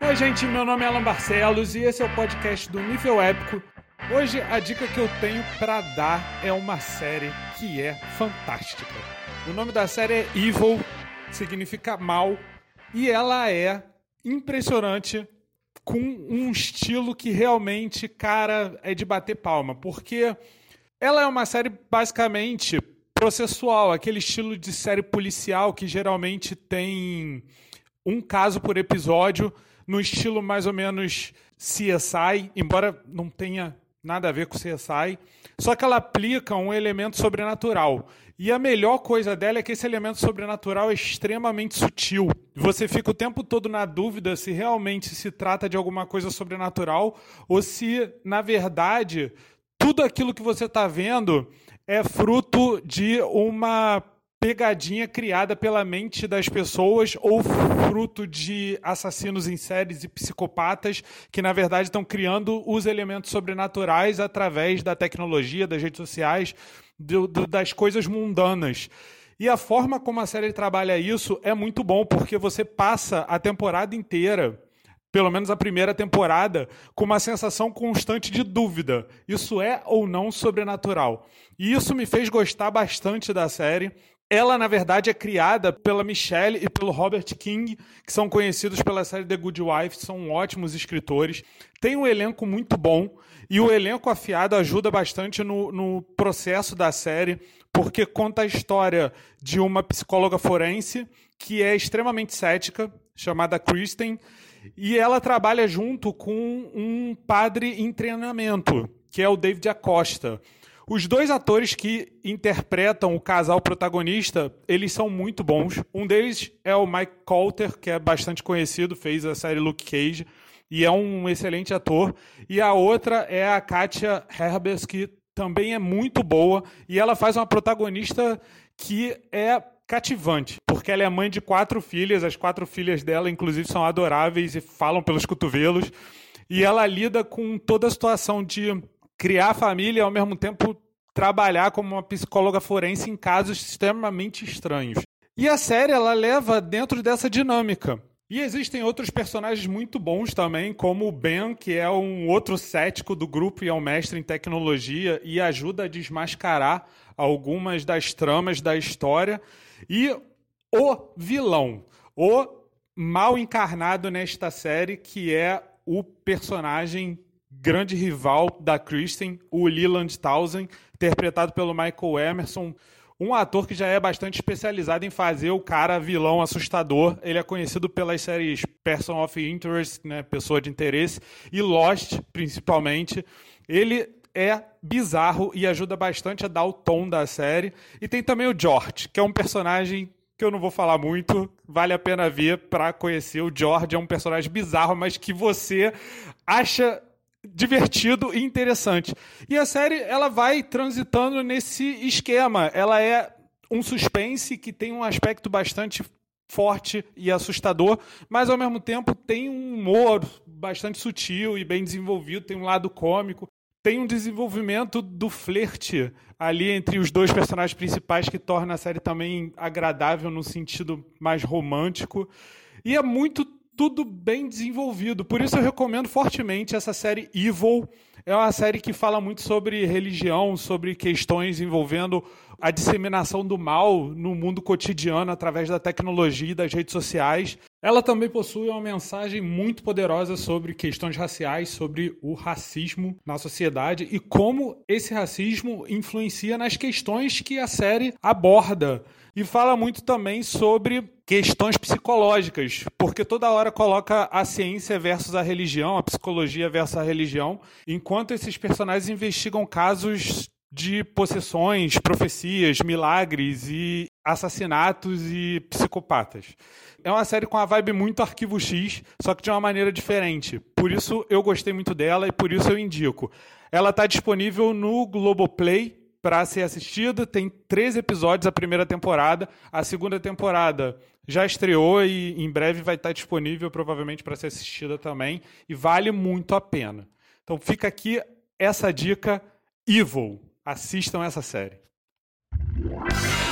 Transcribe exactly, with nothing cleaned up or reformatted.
Oi, gente, meu nome é Alan Barcelos e esse é o podcast do Nível Épico. Hoje a dica que eu tenho pra dar é uma série que é fantástica. O nome da série é Evil, significa mal, e ela é impressionante, com um estilo que realmente, cara, é de bater palma, porque ela é uma série basicamente processual, aquele estilo de série policial que geralmente tem um caso por episódio, no estilo mais ou menos C S I, embora não tenha nada a ver com C S I, só que ela aplica um elemento sobrenatural. E a melhor coisa dela é que esse elemento sobrenatural é extremamente sutil. Você fica o tempo todo na dúvida se realmente se trata de alguma coisa sobrenatural ou se, na verdade, tudo aquilo que você está vendo é fruto de uma pegadinha criada pela mente das pessoas ou fruto de assassinos em séries e psicopatas que, na verdade, estão criando os elementos sobrenaturais através da tecnologia, das redes sociais, do, do, das coisas mundanas. E a forma como a série trabalha isso é muito bom, porque você passa a temporada inteira, pelo menos a primeira temporada, com uma sensação constante de dúvida. Isso é ou não sobrenatural? E isso me fez gostar bastante da série. Ela, na verdade, é criada pela Michelle e pelo Robert King, que são conhecidos pela série The Good Wife, são ótimos escritores. Tem um elenco muito bom, e o elenco afiado ajuda bastante no, no processo da série, porque conta a história de uma psicóloga forense que é extremamente cética, chamada Kristen, e ela trabalha junto com um padre em treinamento, que é o David Acosta. Os dois atores que interpretam o casal protagonista, eles são muito bons. Um deles é o Mike Colter, que é bastante conhecido, fez a série Luke Cage, e é um excelente ator. E a outra é a Katja Herbers, que também é muito boa, e ela faz uma protagonista que é cativante, porque ela é mãe de quatro filhas, as quatro filhas dela, inclusive, são adoráveis e falam pelos cotovelos, e ela lida com toda a situação de criar família e, ao mesmo tempo, trabalhar como uma psicóloga forense em casos extremamente estranhos. E a série, ela leva dentro dessa dinâmica. E existem outros personagens muito bons também, como o Ben, que é um outro cético do grupo e é um mestre em tecnologia e ajuda a desmascarar algumas das tramas da história. E o vilão, o mal encarnado nesta série, que é o personagem grande rival da Kristen, o Leland Townsend, interpretado pelo Michael Emerson, um ator que já é bastante especializado em fazer o cara vilão assustador. Ele é conhecido pelas séries Person of Interest, né, Pessoa de Interesse, e Lost, principalmente. Ele é bizarro e ajuda bastante a dar o tom da série. E tem também o George, que é um personagem que eu não vou falar muito, vale a pena ver para conhecer. O George é um personagem bizarro, mas que você acha divertido e interessante. E a série, ela vai transitando nesse esquema. Ela é um suspense que tem um aspecto bastante forte e assustador, mas ao mesmo tempo tem um humor bastante sutil e bem desenvolvido, tem um lado cômico, tem um desenvolvimento do flerte ali entre os dois personagens principais que torna a série também agradável no sentido mais romântico. E é muito tudo bem desenvolvido. Por isso eu recomendo fortemente essa série Evil. É uma série que fala muito sobre religião, sobre questões envolvendo a disseminação do mal no mundo cotidiano através da tecnologia e das redes sociais. Ela também possui uma mensagem muito poderosa sobre questões raciais, sobre o racismo na sociedade e como esse racismo influencia nas questões que a série aborda. E fala muito também sobre questões psicológicas, porque toda hora coloca a ciência versus a religião, a psicologia versus a religião, enquanto esses personagens investigam casos de possessões, profecias, milagres e assassinatos e psicopatas. É uma série com uma vibe muito Arquivo X, só que de uma maneira diferente. Por isso eu gostei muito dela e por isso eu indico. Ela está disponível no Globoplay para ser assistida. Tem três episódios a primeira temporada. A segunda temporada já estreou e em breve vai estar disponível, provavelmente, para ser assistida também. E vale muito a pena. Então fica aqui essa dica Evil. Assistam essa série.